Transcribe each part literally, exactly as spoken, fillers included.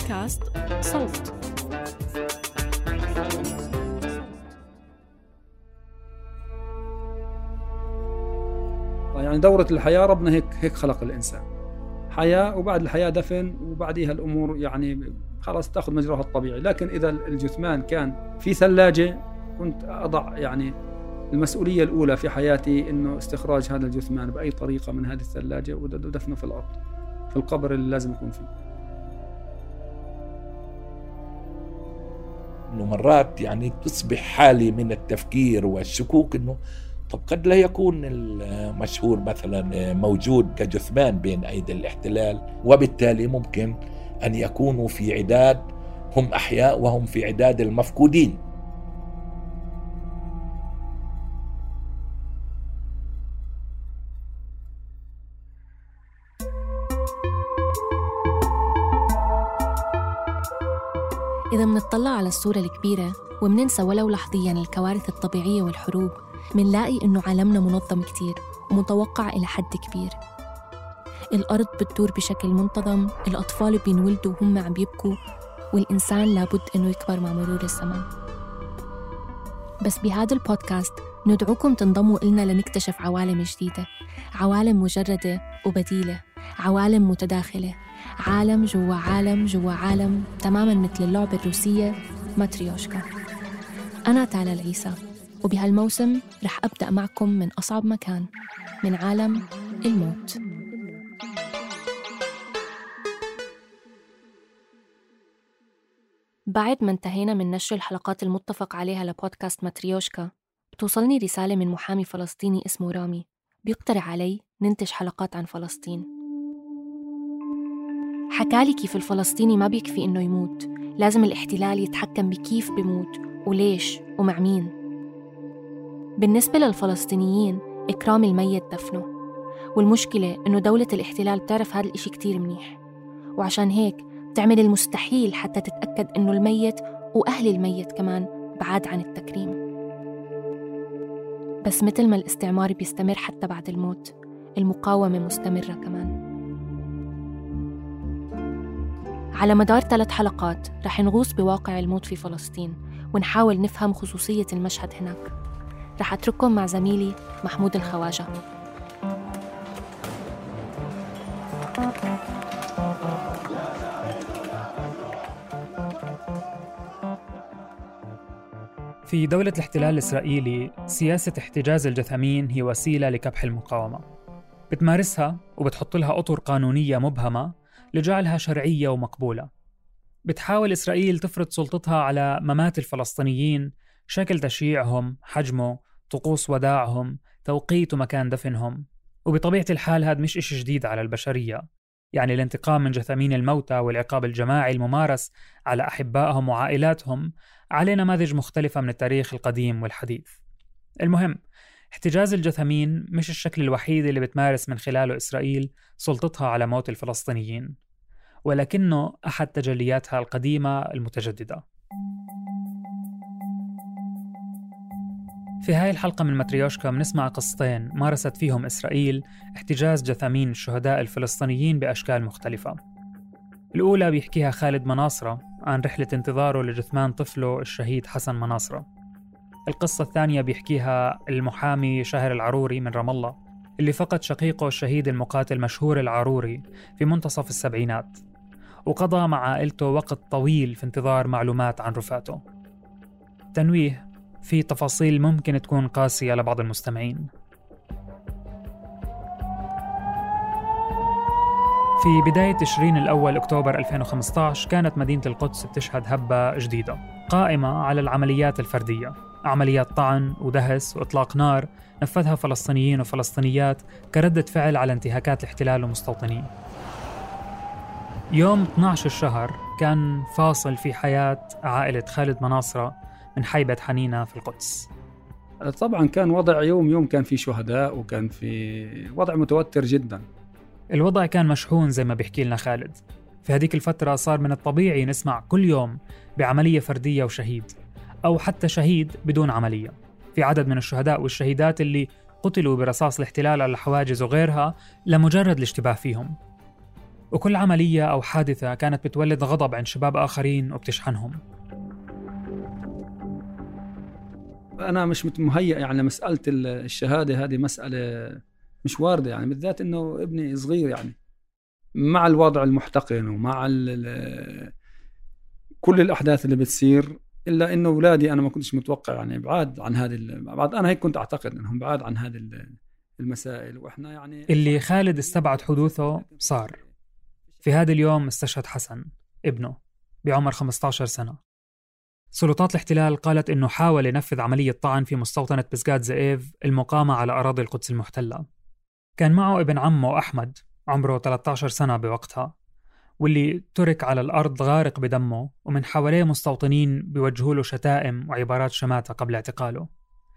بودكاست صوت. يعني دورة الحياة ربنا هيك هيك خلق الإنسان، حياة وبعد الحياة دفن وبعديها الأمور يعني خلاص تأخذ مجراها الطبيعي. لكن إذا الجثمان كان في ثلاجة كنت أضع يعني المسؤولية الأولى في حياتي إنه استخراج هذا الجثمان بأي طريقة من هذه الثلاجة ودفنه في الأرض في القبر اللي لازم يكون فيه. إنه مرات يعني تصبح حالة من التفكير والشكوك إنه طب قد لا يكون المشهور مثلا موجود كجثمان بين أيدي الاحتلال، وبالتالي ممكن أن يكونوا في عداد هم أحياء وهم في عداد المفقودين. إذا منطلع على الصورة الكبيرة ومننسى ولو لحظياً الكوارث الطبيعية والحروب، منلاقي إنه عالمنا منظم كتير ومتوقع إلى حد كبير. الأرض بتدور بشكل منتظم، الأطفال بينولدوا وهم عم يبكوا، والإنسان لابد إنه يكبر مع مرور الزمن. بس بهذا البودكاست ندعوكم تنضموا إلنا لنكتشف عوالم جديدة، عوالم مجردة وبديلة، عوالم متداخلة، عالم جوا عالم جوا عالم، تماماً مثل اللعبة الروسية ماتريوشكا. أنا تالا العيسى، وبهالموسم رح أبدأ معكم من أصعب مكان، من عالم الموت. بعد ما انتهينا من نشر الحلقات المتفق عليها لبودكاست ماتريوشكا، بتوصلني رسالة من محامي فلسطيني اسمه رامي بيقترح علي ننتج حلقات عن فلسطين. حكالي كيف الفلسطيني ما بيكفي إنه يموت، لازم الاحتلال يتحكم بكيف بيموت وليش ومع مين. بالنسبة للفلسطينيين إكرام الميت دفنه، والمشكلة إنه دولة الاحتلال بتعرف هذا الإشي كتير منيح، وعشان هيك بتعمل المستحيل حتى تتأكد إنه الميت وأهل الميت كمان بعاد عن التكريم. بس مثل ما الاستعمار بيستمر حتى بعد الموت، المقاومة مستمرة كمان. على مدار ثلاث حلقات رح نغوص بواقع الموت في فلسطين ونحاول نفهم خصوصية المشهد هناك. رح أترككم مع زميلي محمود الخواجة. في دولة الاحتلال الإسرائيلي سياسة احتجاز الجثامين هي وسيلة لكبح المقاومة، بتمارسها وبتحط لها أطر قانونية مبهمة لجعلها شرعية ومقبولة. بتحاول إسرائيل تفرض سلطتها على ممات الفلسطينيين، شكل تشييعهم، حجمه، طقوس وداعهم، توقيت ومكان دفنهم. وبطبيعة الحال هذا مش إشي جديد على البشرية، يعني الانتقام من جثامين الموتى والعقاب الجماعي الممارس على أحبائهم وعائلاتهم على نماذج مختلفة من التاريخ القديم والحديث. المهم، احتجاز الجثامين مش الشكل الوحيد اللي بتمارس من خلاله إسرائيل سلطتها على موت الفلسطينيين، ولكنه أحد تجلياتها القديمة المتجددة. في هاي الحلقة من ماتريوشكا بنسمع قصتين مارست فيهم إسرائيل احتجاز جثامين الشهداء الفلسطينيين بأشكال مختلفة. الأولى بيحكيها خالد مناصرة عن رحلة انتظاره لجثمان طفله الشهيد حسن مناصرة. القصة الثانية بيحكيها المحامي شاهر العروري من رام الله، اللي فقد شقيقه الشهيد المقاتل مشهور العروري في منتصف السبعينات، وقضى مع عائلته وقت طويل في انتظار معلومات عن رفاته. تنويه، في تفاصيل ممكن تكون قاسية لبعض المستمعين. في بداية تشرين الأول أكتوبر ألفين وخمسة عشر كانت مدينة القدس بتشهد هبة جديدة قائمة على العمليات الفردية، عمليات طعن ودهس وإطلاق نار نفذها فلسطينيين وفلسطينيات كردة فعل على انتهاكات الاحتلال ومستوطنين. يوم اثني عشر الشهر كان فاصل في حياة عائلة خالد مناصرة من حي بيت حنينة في القدس. طبعا كان وضع يوم يوم كان في شهداء وكان في وضع متوتر جدا. الوضع كان مشحون زي ما بيحكي لنا خالد. في هذيك الفترة صار من الطبيعي نسمع كل يوم بعملية فردية وشهيد، أو حتى شهيد بدون عملية. في عدد من الشهداء والشهيدات اللي قتلوا برصاص الاحتلال على الحواجز وغيرها لمجرد الاشتباه فيهم. وكل عملية أو حادثة كانت بتولد غضب عند شباب آخرين وبتشحنهم. أنا مش مهيئ يعني مسألة الشهادة، هذه مسألة مش واردة يعني، بالذات إنه ابني صغير يعني، مع الوضع المحتقن ومع كل الأحداث اللي بتصير، إلا إنه أولادي أنا ما كنتش متوقع يعني بعاد عن هذه بعد أنا هيك كنت أعتقد إنهم بعاد عن هذه المسائل. وإحنا يعني اللي خالد استبعد حدوثه صار. في هذا اليوم استشهد حسن ابنه بعمر خمسة عشر سنة. سلطات الاحتلال قالت إنه حاول ينفذ عملية طعن في مستوطنة بسقات زئيف المقامة على أراضي القدس المحتلة. كان معه ابن عمه أحمد عمره ثلاثة عشر سنة بوقتها، واللي ترك على الأرض غارق بدمه، ومن حواليه مستوطنين بيوجهوا له شتائم وعبارات شماتة قبل اعتقاله.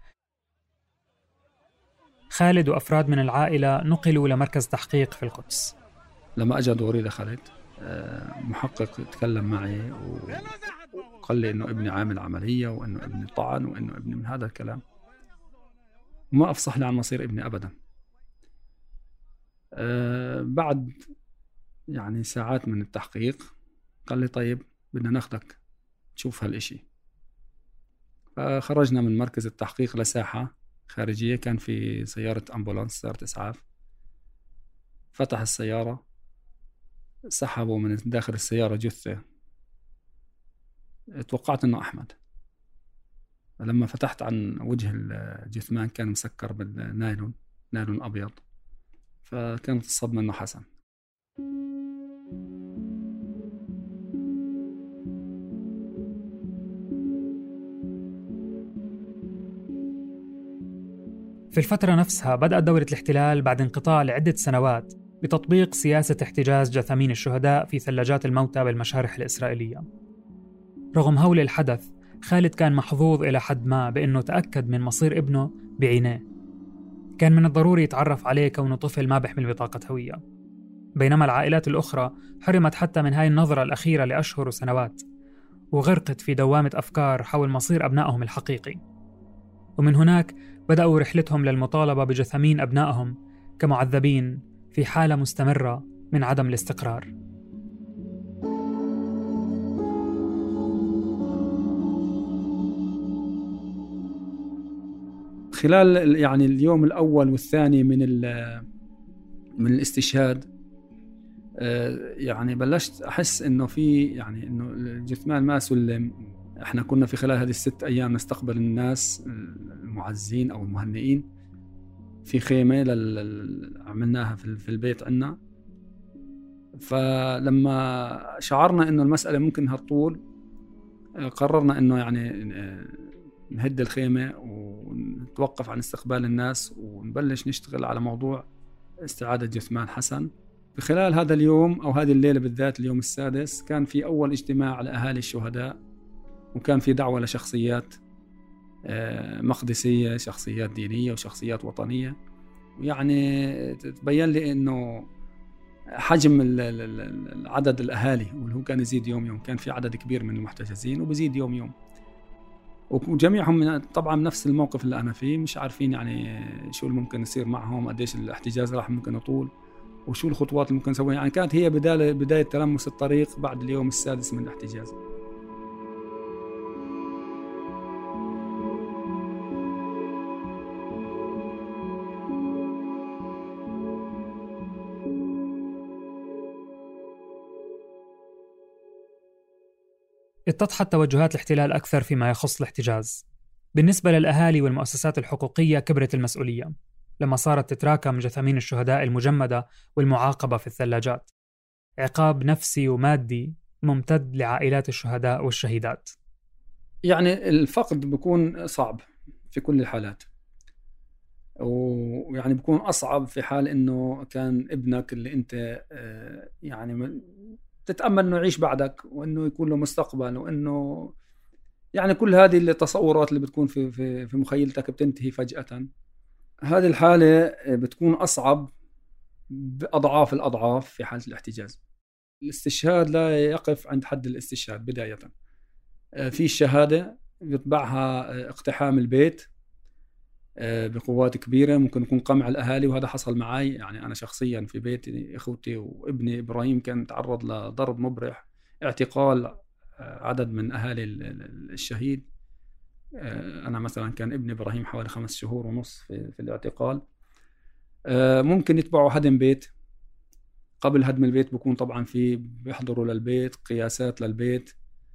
خالد وأفراد من العائلة نقلوا لمركز تحقيق في القدس. لما أجا دوري دخلت، محقق تكلم معي وقال لي إنه ابني عامل عملية وإنه ابني طعن وإنه ابني من هذا الكلام، وما أفصح لي عن مصير ابني أبدا. أه بعد يعني ساعات من التحقيق قال لي طيب بدنا ناخدك تشوف هالإشي. فخرجنا من مركز التحقيق لساحة خارجية، كان في سيارة أمبولانس، سيارة إسعاف. فتح السيارة، سحبوا من داخل السيارة جثة، توقعت إنه أحمد. لما فتحت عن وجه الجثمان كان مسكر بالنايلون، نايلون أبيض، فكانت الصدمة إنه حسن. في الفترة نفسها بدأت دورة الاحتلال بعد انقطاع لعدة سنوات بتطبيق سياسة احتجاز جثامين الشهداء في ثلاجات الموتى بالمشارح الإسرائيلية. رغم هول الحدث، خالد كان محظوظ إلى حد ما بأنه تأكد من مصير ابنه بعينيه. كان من الضروري يتعرف عليه كونه طفل ما بيحمل بطاقة هوية، بينما العائلات الأخرى حرمت حتى من هاي النظرة الأخيرة لأشهر وسنوات، وغرقت في دوامة أفكار حول مصير أبنائهم الحقيقي. ومن هناك بدأوا رحلتهم للمطالبة بجثامين أبنائهم كمعذبين في حالة مستمرة من عدم الاستقرار. خلال يعني اليوم الأول والثاني من من الاستشهاد، يعني بلشت أحس إنه في يعني إنه الجثمان ما سلم. إحنا كنا في خلال هذه الست أيام نستقبل الناس المعزين أو المهنئين في خيمة لل... عملناها في البيت عنا. فلما شعرنا إنه المسألة ممكن هالطول، قررنا إنه يعني نهد الخيمة ونتوقف عن استقبال الناس ونبلش نشتغل على موضوع استعادة جثمان حسن. في خلال هذا اليوم أو هذه الليلة بالذات، اليوم السادس، كان في أول اجتماع لأهالي الشهداء، وكان في دعوة لشخصيات مقدسية، شخصيات دينية وشخصيات وطنية. ويعني تبين لي إنه حجم العدد الأهالي واللي هو كان يزيد يوم يوم، كان في عدد كبير من المحتجزين وبزيد يوم يوم، وجميعهم طبعا نفس الموقف اللي أنا فيه، مش عارفين يعني شو اللي ممكن يصير معهم، قديش الاحتجاز راح ممكن يطول، وشو الخطوات اللي ممكن نسويها. يعني كانت هي بداية بداية تلمس الطريق بعد اليوم السادس من الاحتجاز. اتضحت توجهات الاحتلال أكثر فيما يخص الاحتجاز. بالنسبة للأهالي والمؤسسات الحقوقية كبرت المسؤولية لما صارت تتراكم جثامين الشهداء المجمدة والمعاقبة في الثلاجات، عقاب نفسي ومادي ممتد لعائلات الشهداء والشهيدات. يعني الفقد بيكون صعب في كل الحالات، ويعني بيكون أصعب في حال إنه كان ابنك اللي أنت يعني تتأمل إنه يعيش بعدك وإنه يكون له مستقبل، وإنه يعني كل هذه التصورات اللي بتكون في في في مخيلتك بتنتهي فجأة. هذه الحالة بتكون أصعب بأضعاف الأضعاف في حالة الاحتجاز. الاستشهاد لا يقف عند حد الاستشهاد. بداية في الشهادة يتبعها اقتحام البيت، بقوات كبيرة، ممكن يكون قمع الأهالي، وهذا حصل معي. يعني أنا شخصيا في بيتي أخوتي وابني إبراهيم كان تعرض لضرب مبرح، اعتقال عدد من أهالي الشهيد. أنا مثلا كان ابني إبراهيم حوالي خمس شهور ونص في, في الاعتقال. ممكن يتبعوا هدم بيت، قبل هدم البيت بكون طبعا في بيحضروا للبيت قياسات للبيت،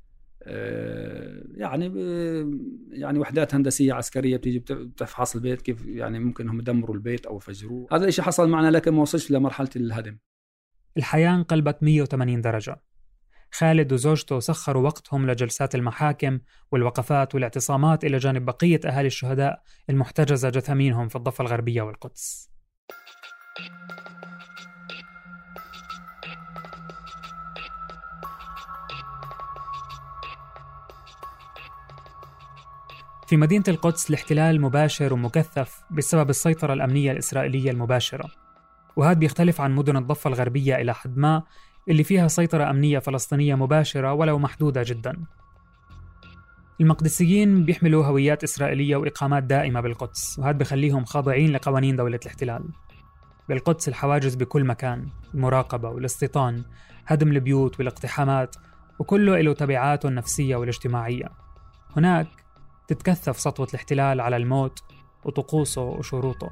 يعني يعني وحدات هندسية عسكرية بتيجي بتفحص البيت كيف يعني ممكن هم يدمروا البيت أو يفجروه. هذا الشيء حصل معنا لكن ما وصلش لمرحلة الهدم. الحياة انقلبت مية وثمانين درجة. خالد وزوجته سخروا وقتهم لجلسات المحاكم والوقفات والاعتصامات إلى جانب بقية أهالي الشهداء المحتجزة جثامينهم في الضفة الغربية والقدس. في مدينة القدس الاحتلال مباشر ومكثف بسبب السيطرة الأمنية الإسرائيلية المباشرة، وهذا بيختلف عن مدن الضفة الغربية إلى حد ما اللي فيها سيطرة أمنية فلسطينية مباشرة ولو محدودة جدا. المقدسيين بيحملوا هويات إسرائيلية وإقامات دائمة بالقدس، وهذا بيخليهم خاضعين لقوانين دولة الاحتلال. بالقدس الحواجز بكل مكان، المراقبة والاستيطان، هدم البيوت والاقتحامات، وكله له تبعاته النفسية والاجتماعية. هناك تتكثف سطوة الاحتلال على الموت وطقوسه وشروطه.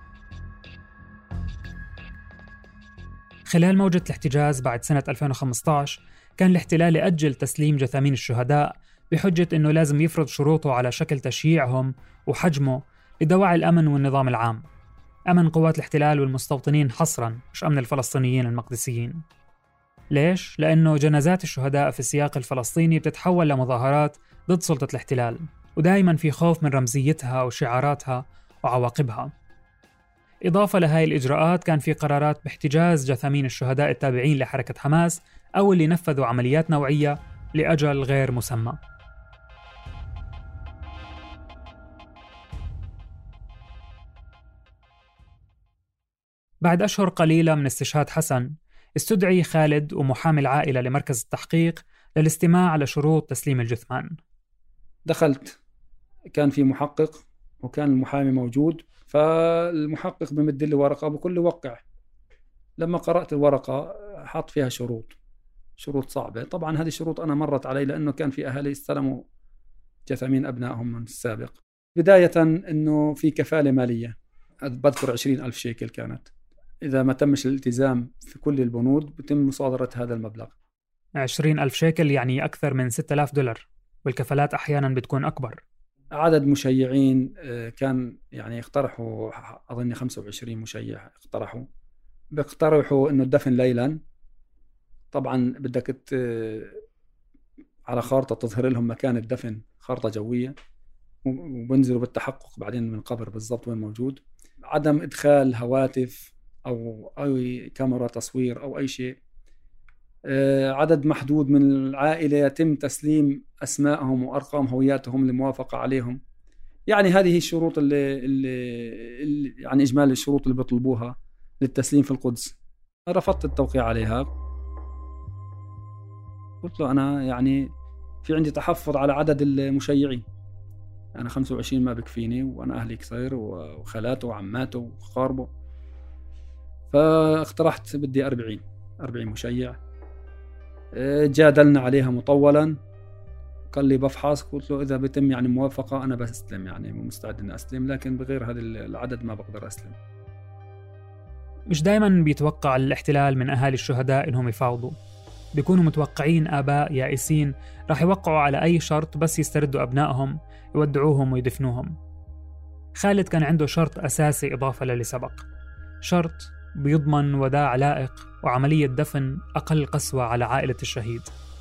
خلال موجة الاحتجاز بعد سنة ألفين وخمسة عشر كان الاحتلال يأجل تسليم جثامين الشهداء بحجة أنه لازم يفرض شروطه على شكل تشييعهم وحجمه لدواعي الأمن والنظام العام، أمن قوات الاحتلال والمستوطنين حصراً، مش أمن الفلسطينيين المقدسيين. ليش؟ لأنه جنازات الشهداء في السياق الفلسطيني بتتحول لمظاهرات ضد سلطة الاحتلال، ودائماً في خوف من رمزيتها وشعاراتها وعواقبها. إضافة لهاي الإجراءات كان في قرارات باحتجاز جثامين الشهداء التابعين لحركة حماس أو اللي نفذوا عمليات نوعية لأجل غير مسمى. بعد أشهر قليلة من استشهاد حسن، استدعي خالد ومحامي العائلة لمركز التحقيق للاستماع على شروط تسليم الجثمان. دخلت، كان في محقق وكان المحامي موجود، فالمحقق بمد لي ورقة بكل وقع. لما قرأت الورقة حط فيها شروط شروط صعبة. طبعا هذه الشروط أنا مرت علي لأنه كان في أهالي استلموا جثامين أبنائهم من السابق. بداية أنه في كفالة مالية، بذكر عشرين ألف شيكل كانت، إذا ما تمش الالتزام في كل البنود بتم مصادرة هذا المبلغ. عشرين ألف شيكل يعني أكثر من ستة آلاف دولار، والكفالات أحيانا بتكون أكبر. عدد مشيعين كان يعني اقترحوا، أظن خمسة وعشرين مشيع اقترحوا بيقترحوا إنه الدفن ليلا. طبعا بدك على خارطة تظهر لهم مكان الدفن، خارطة جوية، وبنزلوا بالتحقق بعدين من قبر بالضبط وين موجود. عدم إدخال هواتف أو أي كاميرا تصوير أو أي شيء. عدد محدود من العائلة يتم تسليم أسمائهم وأرقام هوياتهم للموافقة عليهم. يعني هذه الشروط اللي, اللي يعني إجمال الشروط اللي بيطلبوها للتسليم في القدس. رفضت التوقيع عليها. قلت له أنا يعني في عندي تحفظ على عدد المشيعين، أنا خمسة وعشرين ما بكفيني، وأنا أهلي كثير وخالاته وعماته وخاربه. فاقترحت بدي أربعين أربعين مشيع. جادلنا عليها مطولا، قال لي بفحص. قلت له إذا بتم يعني موافقة أنا بستلم، يعني مستعد أن أسلم، لكن بغير هذا العدد ما بقدر أسلم. مش دايما بيتوقع الاحتلال من أهالي الشهداء إنهم يفاوضوا، بيكونوا متوقعين آباء يائسين راح يوقعوا على أي شرط بس يستردوا أبنائهم يودعوهم ويدفنوهم. خالد كان عنده شرط أساسي إضافة للي سبق، شرط بيضمن وداع لائق وعملية دفن أقل قسوة على عائلة الشهيد.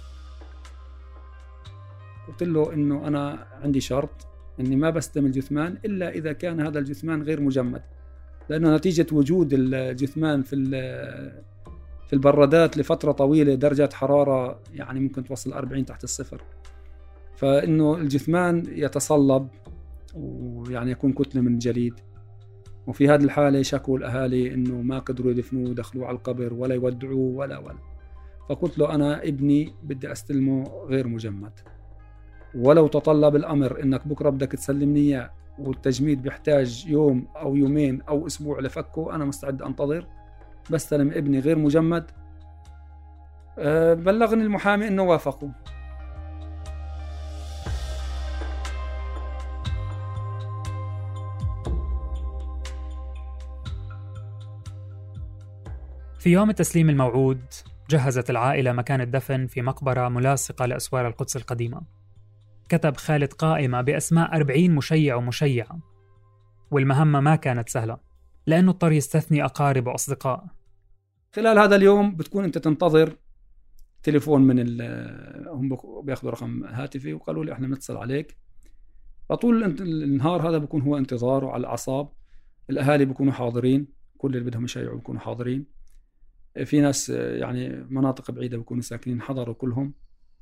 قلت له إنه أنا عندي شرط إني ما بستلم الجثمان إلا إذا كان هذا الجثمان غير مجمد، لأنه نتيجة وجود الجثمان في في البرادات لفترة طويلة درجة حرارة يعني ممكن توصل أربعين تحت الصفر، فإنه الجثمان يتصلب ويعني يكون كتلة من جليد. وفي هذه الحالة شكوا الأهالي إنه ما قدروا يدفنوه، دخلوه على القبر ولا يودعوه ولا ولا. فقلت له أنا ابني بدي أستلمه غير مجمد، ولو تطلب الأمر إنك بكرة بدك تسلمني إياه والتجميد بيحتاج يوم أو يومين أو أسبوع لفكه، أنا مستعد أنتظر، بستلم ابني غير مجمد. أه بلغني المحامي إنه وافقوا. في يوم التسليم الموعود جهزت العائلة مكان الدفن في مقبرة ملاصقة لأسوار القدس القديمة. كتب خالد قائمة بأسماء أربعين مشيع ومشيعة، والمهمة ما كانت سهلة لأنه اضطر يستثني أقارب وأصدقاء. خلال هذا اليوم بتكون أنت تنتظر تليفون من ال هم بياخذوا رقم هاتفي وقالوا لي إحنا بنتصل عليك. فطول النهار هذا بيكون هو انتظار وعلى الأعصاب. الأهالي بيكونوا حاضرين، كل اللي بدهم يشيعوا بيكونوا حاضرين. في ناس يعني مناطق بعيدة بيكونوا ساكنين حضروا كلهم.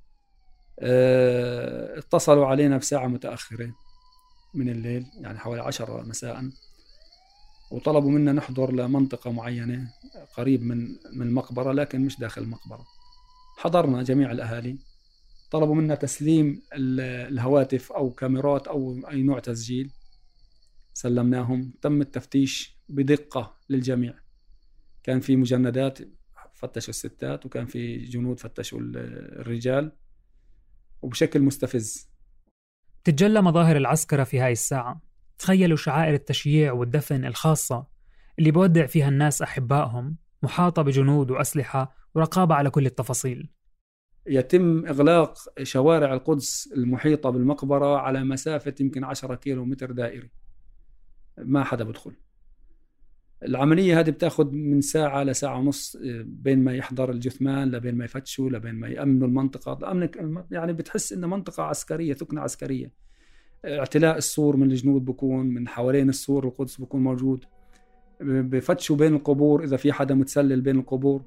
اه اتصلوا علينا بساعة متأخرة من الليل، يعني حوالي عشرة مساء، وطلبوا منا نحضر لمنطقة معينة قريب من من المقبرة لكن مش داخل المقبرة. حضرنا جميع الأهالي، طلبوا منا تسليم الهواتف أو كاميرات أو أي نوع تسجيل، سلمناهم. تم التفتيش بدقة للجميع، كان في مجندات فتشوا الستات وكان في جنود فتشوا الرجال وبشكل مستفز. تتجلى مظاهر العسكرة في هاي الساعة. تخيلوا شعائر التشييع والدفن الخاصة اللي بودع فيها الناس أحبائهم، محاطة بجنود وأسلحة ورقابة على كل التفاصيل. يتم إغلاق شوارع القدس المحيطة بالمقبرة على مسافة يمكن عشرة كيلو متر دائري، ما حدا بدخل. العملية هذه بتاخد من ساعة لساعة ونص بين ما يحضر الجثمان لبين ما يفتشوا لبين ما يأمنوا المنطقة. يعني بتحس إن منطقة عسكرية، ثكنة عسكرية. اعتلاء السور من الجنود بكون من حوالين السور القدس بكون موجود. بفتشوا بين القبور إذا في حدا متسلل بين القبور.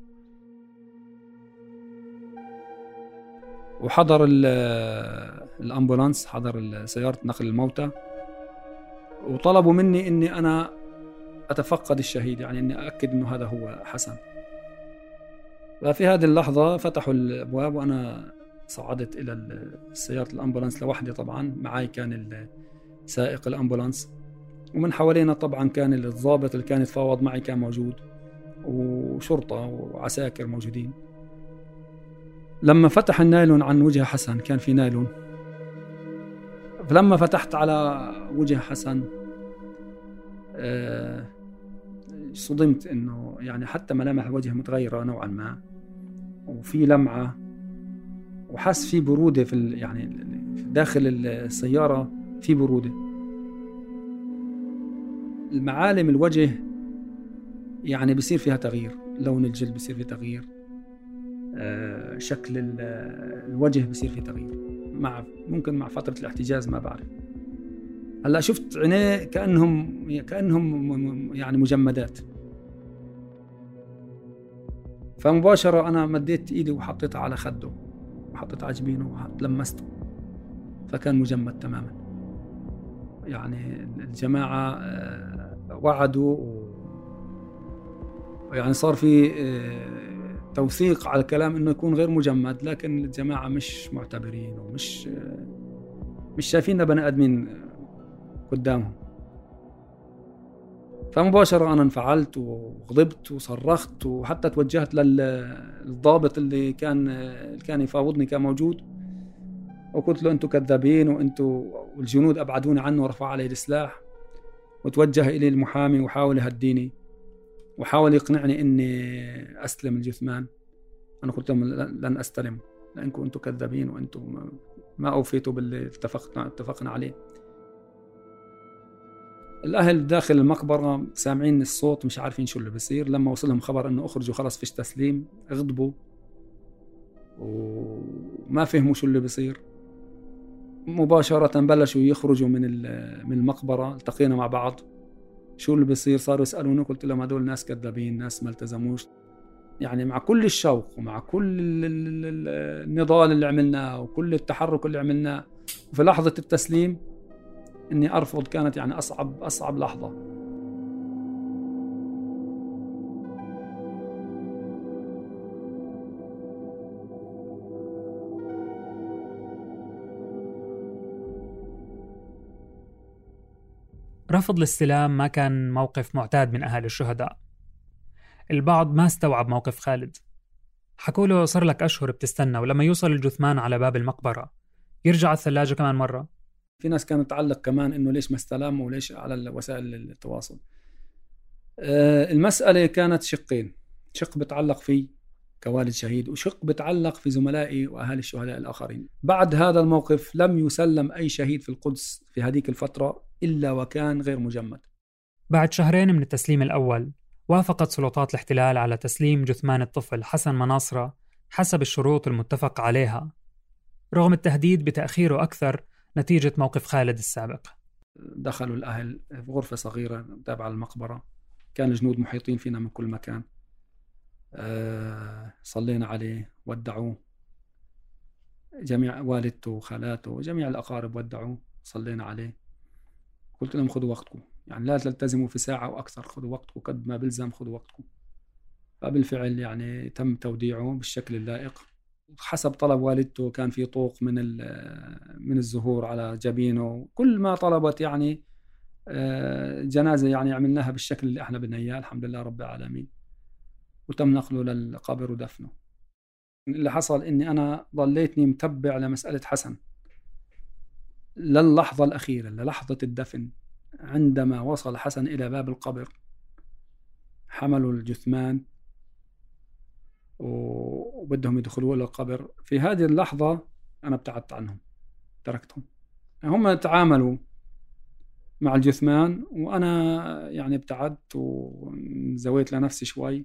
وحضر الأمبولانس، حضر سيارة نقل الموتى، وطلبوا مني إني أنا أتفقد الشهيد، يعني إني أأكد إنه هذا هو حسن. ففي هذه اللحظة فتحوا الأبواب وأنا صعدت إلى سيارة الأمبولانس لوحدي. طبعا معي كان سائق الأمبولانس، ومن حوالينا طبعا كان الضابط اللي كان يتفاوض معي كان موجود، وشرطة وعساكر موجودين. لما فتح النايلون عن وجه حسن، كان في نايلون، فلما فتحت على وجه حسن أه صدمت إنه يعني حتى ملامح الوجه متغيرة نوعا ما، وفي لمعة، وحس في برودة في يعني داخل السيارة، في برودة. المعالم الوجه يعني بيصير فيها تغيير، لون الجلد بيصير فيه تغيير، أه شكل الوجه بيصير فيه تغيير، مع ممكن مع فترة الاحتجاز ما بعرف. هلا شفت عينيه كأنهم كأنهم يعني مجمدات. فمباشرة أنا مديت إيدي وحطيتها على خده وحطيتها على جبينه ولمسته، فكان مجمد تماما. يعني الجماعة وعدوا، ويعني صار في توثيق على الكلام إنه يكون غير مجمد، لكن الجماعة مش معتبرين ومش مش شايفيننا بني آدمين قدامهم. فمباشرة أنا انفعلت وغضبت وصرخت، وحتى توجهت للضابط اللي كان اللي كان يفاوضني كان موجود، وقلت له أنتوا كذابين، وأنتوا والجنود أبعدوني عنه ورفعوا علي السلاح. وتوجه إلي المحامي وحاول يهديني وحاول يقنعني إني أستلم الجثمان. أنا قلت لهم لن أستلم، لأنكم أنتوا كذابين وأنتوا ما أوفيتوا باللي اتفقنا اتفقنا عليه. الأهل داخل المقبرة سامعين الصوت، مش عارفين شو اللي بيصير. لما وصلهم خبر إنه أخرجوا خلاص فيش تسليم، غضبوا وما فهموا شو اللي بيصير. مباشرة بلشوا يخرجوا من من المقبرة. التقينا مع بعض، شو اللي بيصير؟ صاروا يسألوني، قلت لهم هدول ناس كذابين، ناس ما التزموش. يعني مع كل الشوق ومع كل النضال اللي عملناه وكل التحرك اللي عملناه، وفي لحظة التسليم إني أرفض كانت يعني أصعب أصعب لحظة. رفض الاستلام ما كان موقف معتاد من أهالي الشهداء. البعض ما استوعب موقف خالد، حكوا له صار لك أشهر بتستنى، ولما يوصل الجثمان على باب المقبرة يرجع الثلاجة كمان مرة. في ناس كانت تعلق كمان إنه ليش ما استلم وليش على وسائل التواصل. أه المسألة كانت شقين، شق بتعلق في كوالد شهيد وشق بتعلق في زملائي وأهالي الشهداء الآخرين. بعد هذا الموقف لم يسلم أي شهيد في القدس في هذيك الفترة إلا وكان غير مجمد. بعد شهرين من التسليم الأول وافقت سلطات الاحتلال على تسليم جثمان الطفل حسن مناصرة حسب الشروط المتفق عليها، رغم التهديد بتأخيره أكثر نتيجة موقف خالد السابق. دخلوا الأهل في غرفة صغيرة تابعة للمقبرة، كان الجنود محيطين فينا من كل مكان. أه صلينا عليه، ودعوه، جميع والدته وخالاته وجميع الأقارب ودعوه، صلينا عليه. قلت لهم خذوا وقتكم، يعني لا تلتزموا في ساعة وأكثر، خذوا وقتكم قد ما بلزم، خذوا وقتكم. فبالفعل يعني تم توديعه بالشكل اللائق حسب طلب والدته. كان في طوق من من الزهور على جبينه، كل ما طلبت يعني جنازة يعني عملناها بالشكل اللي احنا بدنا اياه الحمد لله رب العالمين، وتم نقله للقبر ودفنه. اللي حصل اني انا ضليتني متبع لمسألة حسن للحظة الأخيرة، للحظة الدفن. عندما وصل حسن إلى باب القبر حملوا الجثمان وبدهم يدخلوا إلى القبر. في هذه اللحظة أنا ابتعدت عنهم، تركتهم، هم تعاملوا مع الجثمان وأنا يعني ابتعدت وزويت لنفسي شوي.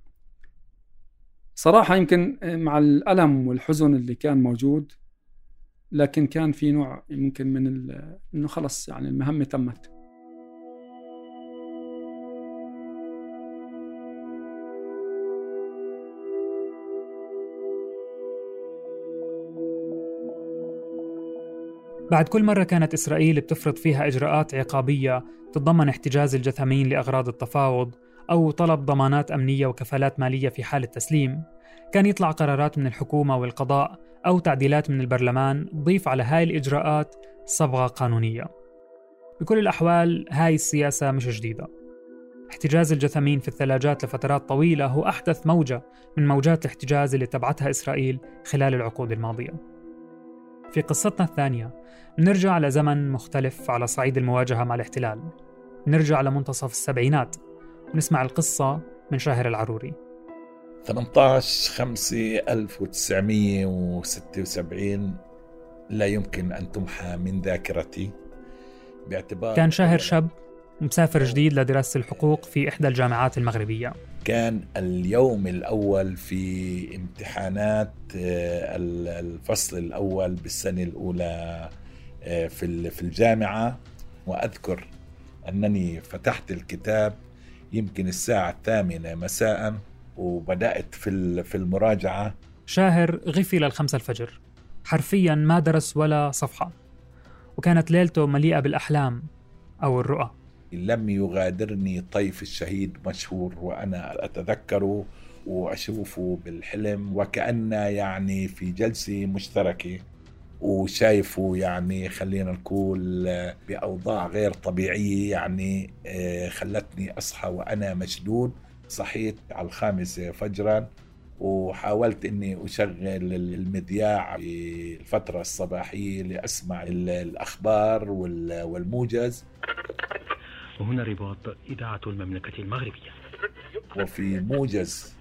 صراحة يمكن مع الألم والحزن اللي كان موجود، لكن كان في نوع يمكن من إنه خلص يعني المهمة تمت. بعد كل مرة كانت إسرائيل بتفرض فيها إجراءات عقابية تتضمن احتجاز الجثامين لأغراض التفاوض أو طلب ضمانات أمنية وكفالات مالية في حال التسليم، كان يطلع قرارات من الحكومة والقضاء أو تعديلات من البرلمان تضيف على هاي الإجراءات صبغة قانونية. بكل الأحوال هاي السياسة مش جديدة. احتجاز الجثامين في الثلاجات لفترات طويلة هو أحدث موجة من موجات الاحتجاز اللي تبعتها إسرائيل خلال العقود الماضية. في قصتنا الثانية نرجع لزمن مختلف على صعيد المواجهة مع الاحتلال، نرجع لمنتصف السبعينات ونسمع القصة من شاهر العروري. ثمانية عشر خمسة ألف وتسعمية وستة وسبعين لا يمكن أن تمحى من ذاكرتي باعتبار كان شاهر شاب مسافر جديد لدراسة الحقوق في إحدى الجامعات المغربية. كان اليوم الأول في امتحانات الفصل الأول بالسنة الأولى في الجامعة، وأذكر أنني فتحت الكتاب يمكن الساعة الثامنة مساء وبدأت في في المراجعة. شاهر غفي للخمسة الفجر، حرفياً ما درس ولا صفحة، وكانت ليلته مليئة بالأحلام أو الرؤى. لم يغادرني طيف الشهيد مشهور وأنا أتذكره وأشوفه بالحلم وكأن يعني في جلسة مشتركة، وشايفه يعني خلينا نقول بأوضاع غير طبيعية، يعني خلتني أصحى وأنا مشدود. صحيت على الخامسة فجرا وحاولت أني أشغل المذياع في الفترة الصباحية لأسمع الأخبار والموجز. وهنا رباط إذاعة المملكة المغربية. وفي موجز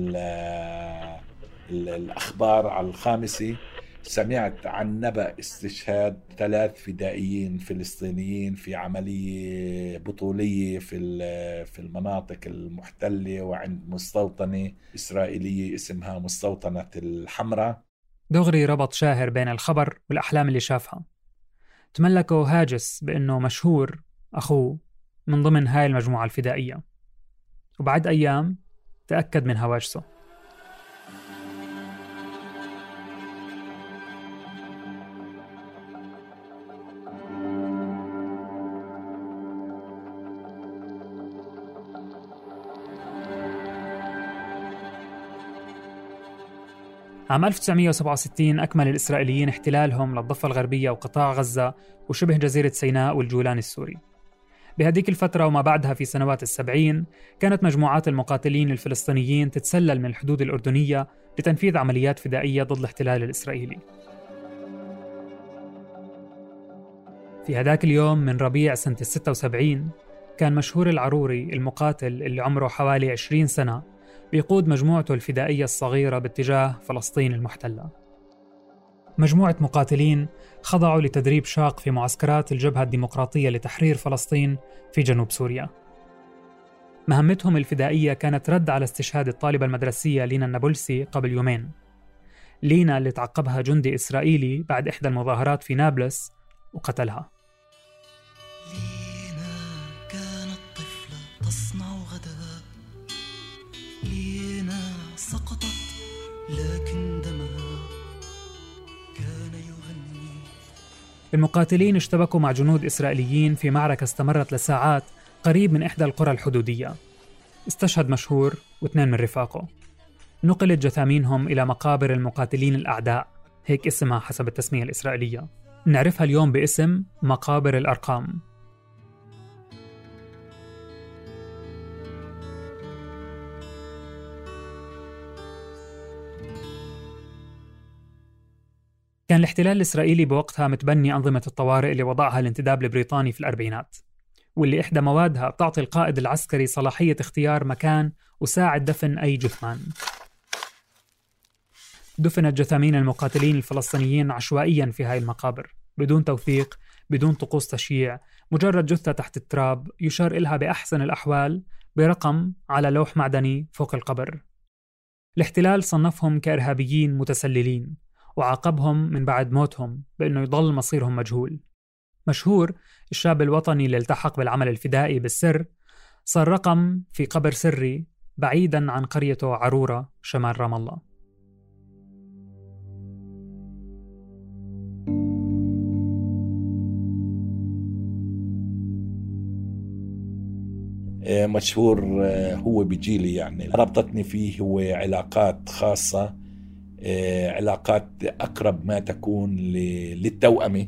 الأخبار على الخامسة سمعت عن نبأ استشهاد ثلاث فدائيين فلسطينيين في عملية بطولية في في المناطق المحتلة وعند مستوطنة إسرائيلية اسمها مستوطنة الحمراء. دغري ربط شاهر بين الخبر والأحلام اللي شافها. تملكه هاجس بأنه مشهور أخوه من ضمن هاي المجموعة الفدائية، وبعد أيام تأكد من هواجسه. عام ألف وتسعمية وسبعة وستين أكمل الإسرائيليين احتلالهم للضفة الغربية وقطاع غزة وشبه جزيرة سيناء والجولان السوري. بهديك الفترة وما بعدها في سنوات السبعين كانت مجموعات المقاتلين الفلسطينيين تتسلل من الحدود الأردنية لتنفيذ عمليات فدائية ضد الاحتلال الإسرائيلي. في هداك اليوم من ربيع سنة الستة وسبعين كان مشهور العروري المقاتل اللي عمره حوالي عشرين سنة بيقود مجموعته الفدائية الصغيرة باتجاه فلسطين المحتلة. مجموعة مقاتلين خضعوا لتدريب شاق في معسكرات الجبهة الديمقراطية لتحرير فلسطين في جنوب سوريا. مهمتهم الفدائية كانت رد على استشهاد الطالبة المدرسية لينا النابلسي قبل يومين. لينا اللي تعقبها جندي إسرائيلي بعد إحدى المظاهرات في نابلس وقتلها. لينا كانت طفلة تصنع غداء، لينا سقطت لكن دمها كان يغني. المقاتلين اشتبكوا مع جنود إسرائيليين في معركة استمرت لساعات قريب من إحدى القرى الحدودية. استشهد مشهور واثنين من رفاقه. نقلت جثامينهم إلى مقابر المقاتلين الأعداء، هيك اسمها حسب التسمية الإسرائيلية، نعرفها اليوم باسم مقابر الأرقام. كان الاحتلال الإسرائيلي بوقتها متبني أنظمة الطوارئ اللي وضعها الانتداب البريطاني في الأربعينات، واللي إحدى موادها بتعطي القائد العسكري صلاحية اختيار مكان وساعة دفن أي جثمان. دفنت جثامين المقاتلين الفلسطينيين عشوائياً في هاي المقابر بدون توثيق، بدون طقوس تشييع، مجرد جثة تحت التراب يشار إلها بأحسن الأحوال برقم على لوح معدني فوق القبر. الاحتلال صنفهم كإرهابيين متسللين وعاقبهم من بعد موتهم بأنه يضل مصيرهم مجهول. مشهور الشاب الوطني اللي التحق بالعمل الفدائي بالسر صار رقم في قبر سري بعيداً عن قريته عرورة شمال رام الله. مشهور هو بجيلي، يعني ربطتني فيه هو علاقات خاصة، علاقات أقرب ما تكون للتوأمة.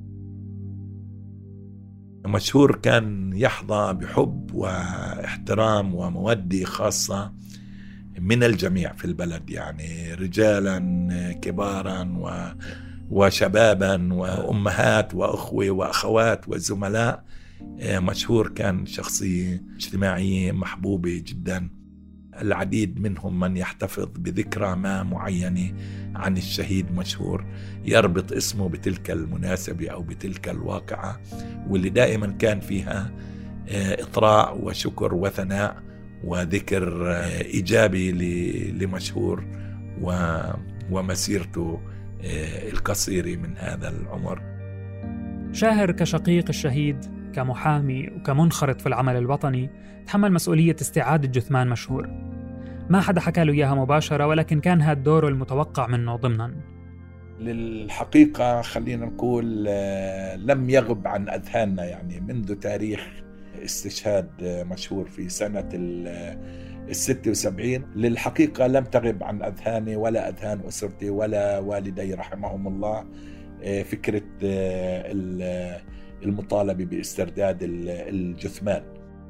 مشهور كان يحظى بحب واحترام ومودة خاصة من الجميع في البلد، يعني رجالا كبارا وشبابا وأمهات وأخوة وأخوات وزملاء. مشهور كان شخصية اجتماعية محبوبة جدا. العديد منهم من يحتفظ بذكرى ما معينة عن الشهيد مشهور، يربط اسمه بتلك المناسبة أو بتلك الواقعة، واللي دائما كان فيها إطراء وشكر وثناء وذكر إيجابي لمشهور ومسيرته القصيرة من هذا العمر. شاهر كشقيق الشهيد، كمحامي وكمنخرط في العمل الوطني، تحمل مسؤولية استعادة جثمان مشهور. ما حدا حكى له إياها مباشرة، ولكن كان هذا دوره المتوقع منه ضمناً. للحقيقة خلينا نقول لم يغب عن أذهاننا، يعني منذ تاريخ استشهاد مشهور في سنة الستة وسبعين للحقيقة لم تغب عن أذهاني ولا أذهان أسرتي ولا والدي رحمهم الله فكرة المطالبة باسترداد الجثمان.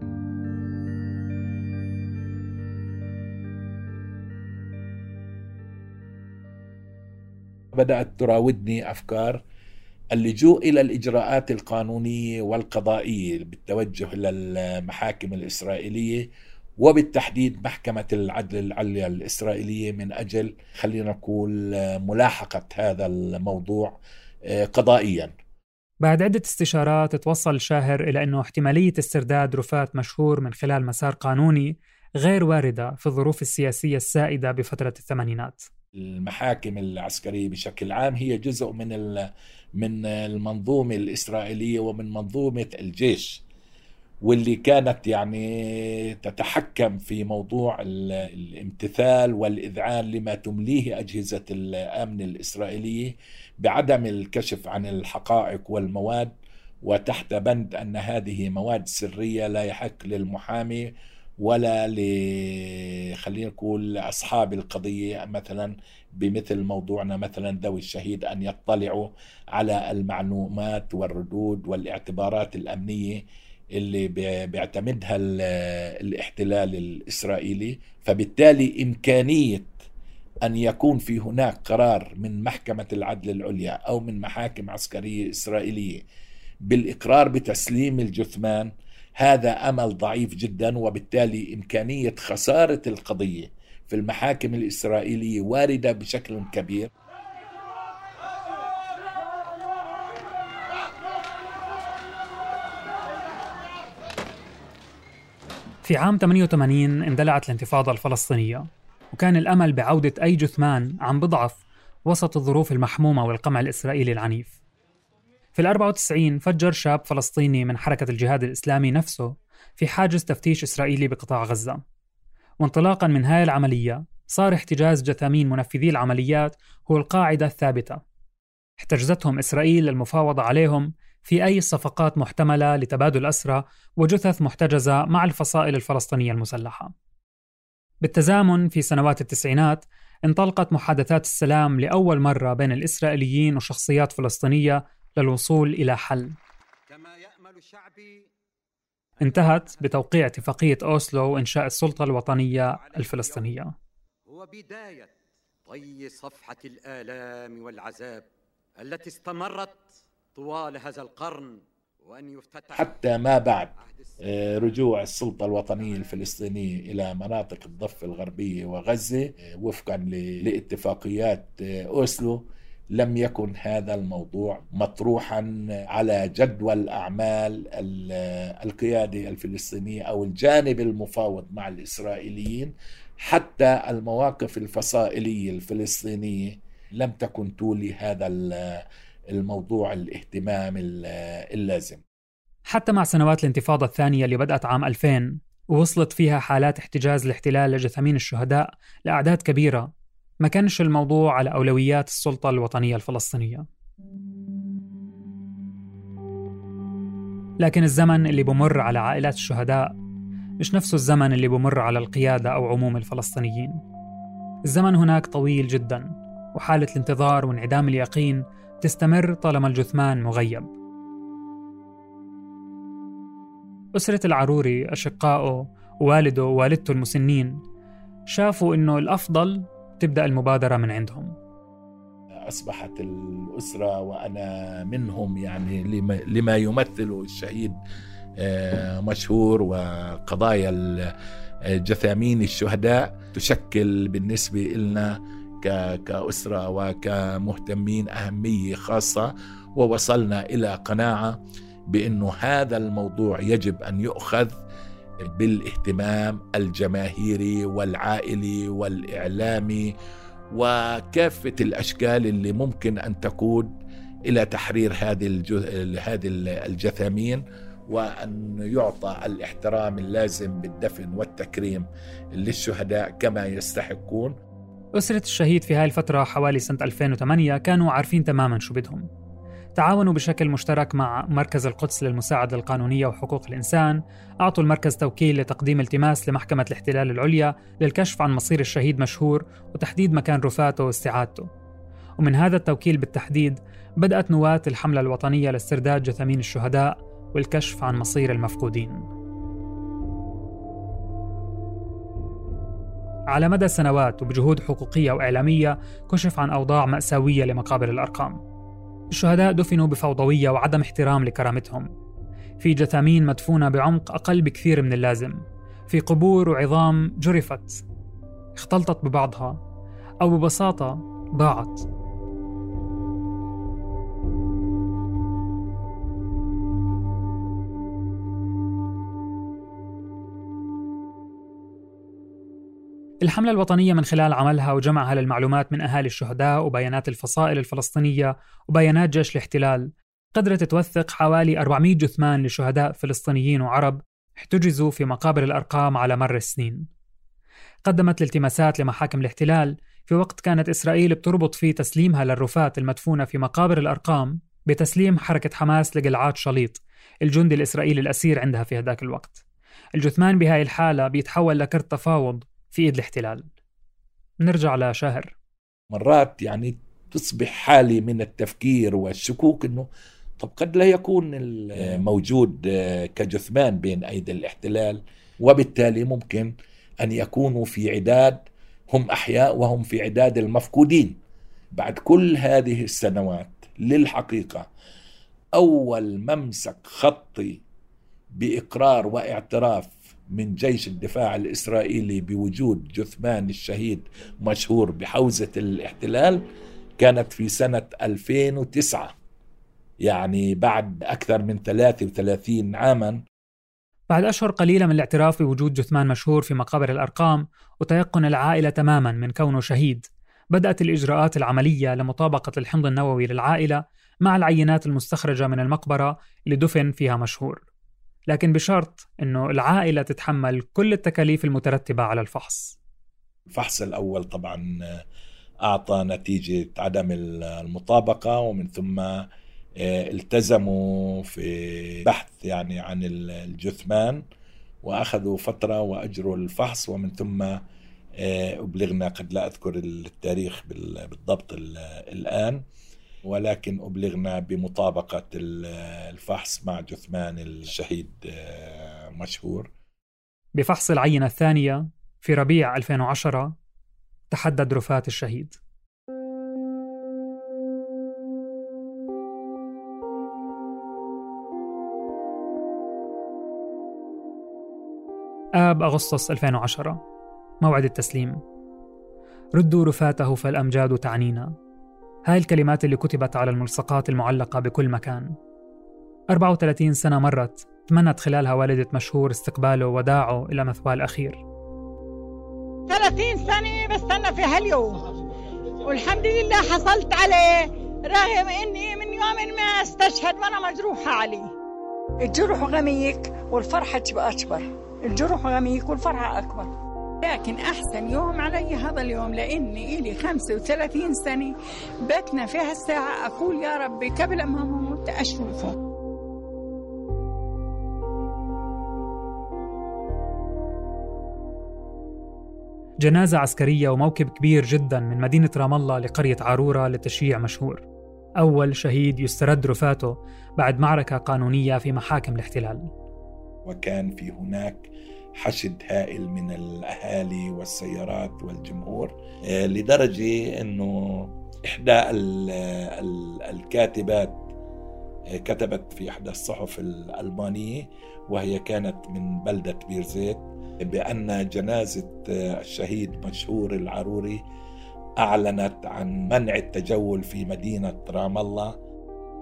بدأت تراودني أفكار اللجوء إلى الإجراءات القانونية والقضائية بالتوجه إلى المحاكم الإسرائيلية وبالتحديد محكمة العدل العليا الإسرائيلية من أجل خلينا نقول ملاحقة هذا الموضوع قضائيا. بعد عدة استشارات توصل شاهر إلى أنه احتمالية استرداد رفات مشهور من خلال مسار قانوني غير واردة في الظروف السياسية السائدة بفترة الثمانينات. المحاكم العسكرية بشكل عام هي جزء من من المنظومة الإسرائيلية ومن منظومة الجيش، واللي كانت يعني تتحكم في موضوع الامتثال والإذعان لما تمليه أجهزة الأمن الإسرائيلية بعدم الكشف عن الحقائق والمواد، وتحت بند أن هذه مواد سرية لا يحق للمحامي ولا ل خلينا نقول أصحاب القضية مثلا بمثل موضوعنا مثلا ذوي الشهيد أن يطلعوا على المعلومات والردود والاعتبارات الأمنية اللي بيعتمدها الاحتلال الإسرائيلي، فبالتالي إمكانية أن يكون في هناك قرار من محكمة العدل العليا أو من محاكم عسكرية إسرائيلية بالإقرار بتسليم الجثمان، هذا أمل ضعيف جدا، وبالتالي إمكانية خسارة القضية في المحاكم الإسرائيلية واردة بشكل كبير. في عام ثمانية وثمانين اندلعت الانتفاضة الفلسطينية، وكان الأمل بعودة أي جثمان عم بضعف وسط الظروف المحمومة والقمع الإسرائيلي العنيف. في الأربعة وتسعين فجر شاب فلسطيني من حركة الجهاد الإسلامي نفسه في حاجز تفتيش إسرائيلي بقطاع غزة، وانطلاقا من هاي العملية صار احتجاز جثامين منفذي العمليات هو القاعدة الثابتة. احتجزتهم إسرائيل للمفاوضة عليهم في أي صفقات محتملة لتبادل أسرى وجثث محتجزة مع الفصائل الفلسطينية المسلحة. بالتزامن في سنوات التسعينات انطلقت محادثات السلام لأول مرة بين الإسرائيليين وشخصيات فلسطينية للوصول إلى حل. انتهت بتوقيع اتفاقية أوسلو وإنشاء السلطة الوطنية الفلسطينية. هو بداية طي صفحة الآلام والعذاب التي استمرت طوال هذا القرن، وأن يفتتح حتى ما بعد رجوع السلطة الوطنية الفلسطينية إلى مناطق الضفة الغربية وغزة وفقا لاتفاقيات أوسلو. لم يكن هذا الموضوع مطروحا على جدول أعمال القيادة الفلسطينية أو الجانب المفاوض مع الإسرائيليين. حتى المواقف الفصائلية الفلسطينية لم تكن تولي هذا الموضوع الاهتمام اللازم. حتى مع سنوات الانتفاضة الثانية اللي بدأت عام ألفين ووصلت فيها حالات احتجاز الاحتلال لجثامين الشهداء لأعداد كبيرة، ما كانش الموضوع على أولويات السلطة الوطنية الفلسطينية. لكن الزمن اللي بمر على عائلات الشهداء مش نفسه الزمن اللي بمر على القيادة أو عموم الفلسطينيين. الزمن هناك طويل جدا، وحالة الانتظار وانعدام اليقين تستمر طالما الجثمان مغيب. أسرة العروري، أشقائه ووالده ووالدته المسنين شافوا إنه الأفضل تبدأ المبادرة من عندهم. أصبحت الأسرة وأنا منهم يعني لما, لما يمثل الشهيد مشهور وقضايا الجثامين الشهداء تشكل بالنسبة لنا كأسرة وكمهتمين أهمية خاصة، ووصلنا إلى قناعة بأنه هذا الموضوع يجب أن يؤخذ بالاهتمام الجماهيري والعائلي والإعلامي وكافة الأشكال اللي ممكن أن تقود إلى تحرير هذه هذه الجثامين، وأن يعطى الاحترام اللازم بالدفن والتكريم للشهداء كما يستحقون. أسرة الشهيد في هاي الفترة حوالي سنة ألفين وثمانية كانوا عارفين تماماً شو بدهم. تعاونوا بشكل مشترك مع مركز القدس للمساعدة القانونية وحقوق الإنسان، أعطوا المركز توكيل لتقديم التماس لمحكمة الاحتلال العليا للكشف عن مصير الشهيد مشهور وتحديد مكان رفاته واستعادته. ومن هذا التوكيل بالتحديد بدأت نواة الحملة الوطنية لاسترداد جثامين الشهداء والكشف عن مصير المفقودين. على مدى سنوات وبجهود حقوقية وإعلامية كشف عن أوضاع مأساوية لمقابر الأرقام. الشهداء دفنوا بفوضوية وعدم احترام لكرامتهم، في جثامين مدفونة بعمق أقل بكثير من اللازم، في قبور وعظام جرفت اختلطت ببعضها أو ببساطة ضاعت. الحملة الوطنية من خلال عملها وجمعها للمعلومات من أهالي الشهداء وبيانات الفصائل الفلسطينية وبيانات جيش الاحتلال قدرت توثق حوالي أربعمئة جثمان لشهداء فلسطينيين وعرب احتجزوا في مقابر الأرقام على مر السنين. قدمت الالتماسات لمحاكم الاحتلال في وقت كانت إسرائيل بتربط فيه تسليمها للرفات المدفونة في مقابر الأرقام بتسليم حركة حماس لقلعات شليط الجندي الإسرائيلي الأسير عندها في هذاك الوقت. الجثمان بهاي الحالة بيتحول لكرت تفاوض في إيد الاحتلال. نرجع لشاهر. مرات يعني تصبح حالي من التفكير والشكوك إنه طب قد لا يكون موجود كجثمان بين أيدي الاحتلال، وبالتالي ممكن أن يكونوا في عداد، هم أحياء وهم في عداد المفقودين. بعد كل هذه السنوات للحقيقة أول ممسك خطي بإقرار واعتراف من جيش الدفاع الإسرائيلي بوجود جثمان الشهيد مشهور بحوزة الاحتلال كانت في سنة ألفين وتسعة، يعني بعد أكثر من ثلاثة وثلاثين عاما. بعد أشهر قليلة من الاعتراف بوجود جثمان مشهور في مقابر الأرقام وتيقن العائلة تماما من كونه شهيد، بدأت الإجراءات العملية لمطابقة الحمض النووي للعائلة مع العينات المستخرجة من المقبرة اللي دفن فيها مشهور، لكن بشرط أنه العائلة تتحمل كل التكاليف المترتبة على الفحص. الفحص الأول طبعا أعطى نتيجة عدم المطابقة، ومن ثم التزموا في بحث يعني عن الجثمان وأخذوا فترة وأجروا الفحص، ومن ثم أبلغنا، قد لا أذكر التاريخ بالضبط الآن، ولكن أبلغنا بمطابقة الفحص مع جثمان الشهيد مشهور. بفحص العينة الثانية في ربيع ألفين وعشرة تحدد رفات الشهيد. آب أغسطس ألفين وعشرة، موعد التسليم. ردوا رفاته فالأمجاد تعنينا. هاي الكلمات اللي كتبت على الملصقات المعلقة بكل مكان. أربعة وثلاثين سنة مرت تمنت خلالها والدة مشهور استقباله وداعه إلى مثواه الأخير. ثلاثين سنة بستنى في هاليوم، والحمد لله حصلت عليه، رغم إني من يوم ما استشهد وأنا مجروحة عليه. الجرح غميق والفرحة تبقى أكبر، الجرح غميق والفرحة أكبر. لكن أحسن يوم علي هذا اليوم، لأني إلي خمسة وثلاثين سنة بتنا في هالساعة أقول يا ربي قبل ما أموت أشوفه. جنازة عسكرية وموكب كبير جدا من مدينة رام الله لقرية عارورة لتشييع مشهور، أول شهيد يسترد رفاته بعد معركة قانونية في محاكم الاحتلال. وكان في هناك حشد هائل من الأهالي والسيارات والجمهور، لدرجة أنه إحدى الكاتبات كتبت في إحدى الصحف الألمانية، وهي كانت من بلدة بيرزيت، بأن جنازة الشهيد مشهور العروري أعلنت عن منع التجول في مدينة رام الله.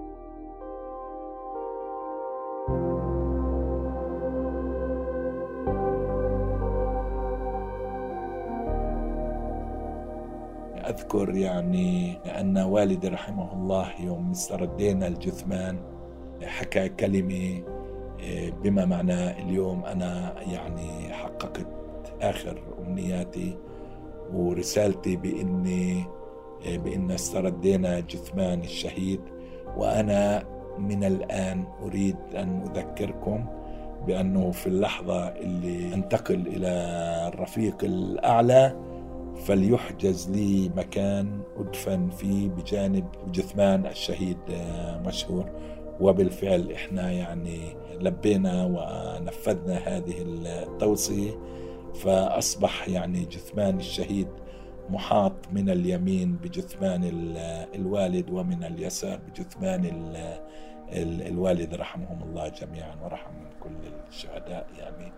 أذكر يعني أن والدي رحمه الله يوم استردينا الجثمان حكى كلمة بما معناه اليوم أنا يعني حققت آخر أمنياتي ورسالتي بإني بإن استردينا جثمان الشهيد، وأنا من الآن أريد أن أذكركم بأنه في اللحظة اللي أنتقل إلى الرفيق الأعلى فليحجز لي مكان أدفن فيه بجانب جثمان الشهيد مشهور. وبالفعل إحنا يعني لبينا ونفذنا هذه التوصية، فأصبح يعني جثمان الشهيد محاط من اليمين بجثمان الوالد ومن اليسار بجثمان الوالد رحمهم الله جميعا ورحم كل الشهداء يعني.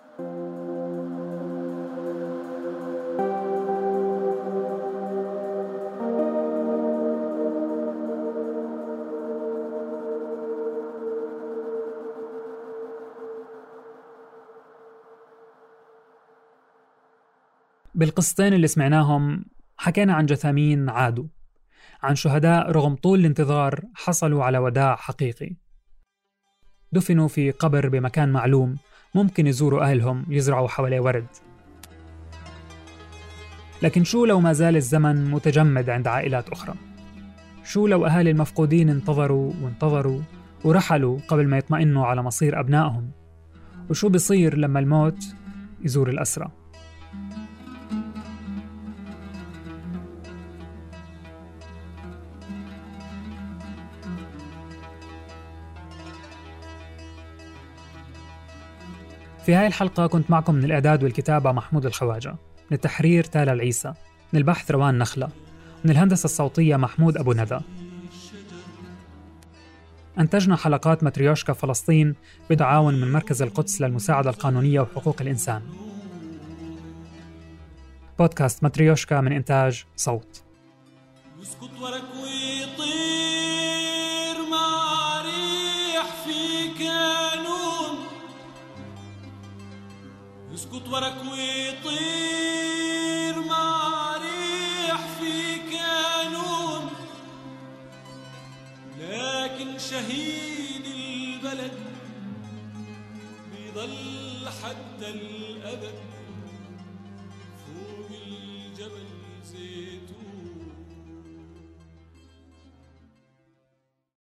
بالقصتين اللي سمعناهم حكينا عن جثامين عادوا، عن شهداء رغم طول الانتظار حصلوا على وداع حقيقي، دفنوا في قبر بمكان معلوم ممكن يزوروا أهلهم يزرعوا حواليه ورد. لكن شو لو ما زال الزمن متجمد عند عائلات أخرى؟ شو لو أهالي المفقودين انتظروا وانتظروا ورحلوا قبل ما يطمئنوا على مصير أبنائهم؟ وشو بيصير لما الموت يزور الأسرى؟ في هاي الحلقة كنت معكم من الإعداد والكتابة محمود الخواجة، من التحرير تالا العيسى، من البحث روان نخلة، من الهندسة الصوتية محمود أبو ندى. أنتجنا حلقات ماتريوشكا فلسطين بتعاون من مركز القدس للمساعدة القانونية وحقوق الإنسان. بودكاست ماتريوشكا من إنتاج صوت. يسكت ورك ويطير مع ريح في كانون، يسكت ورك ويطير مع ريح في كانون، لكن شهيد البلد بيضل حتى الأبد فوق الجبل زيتون.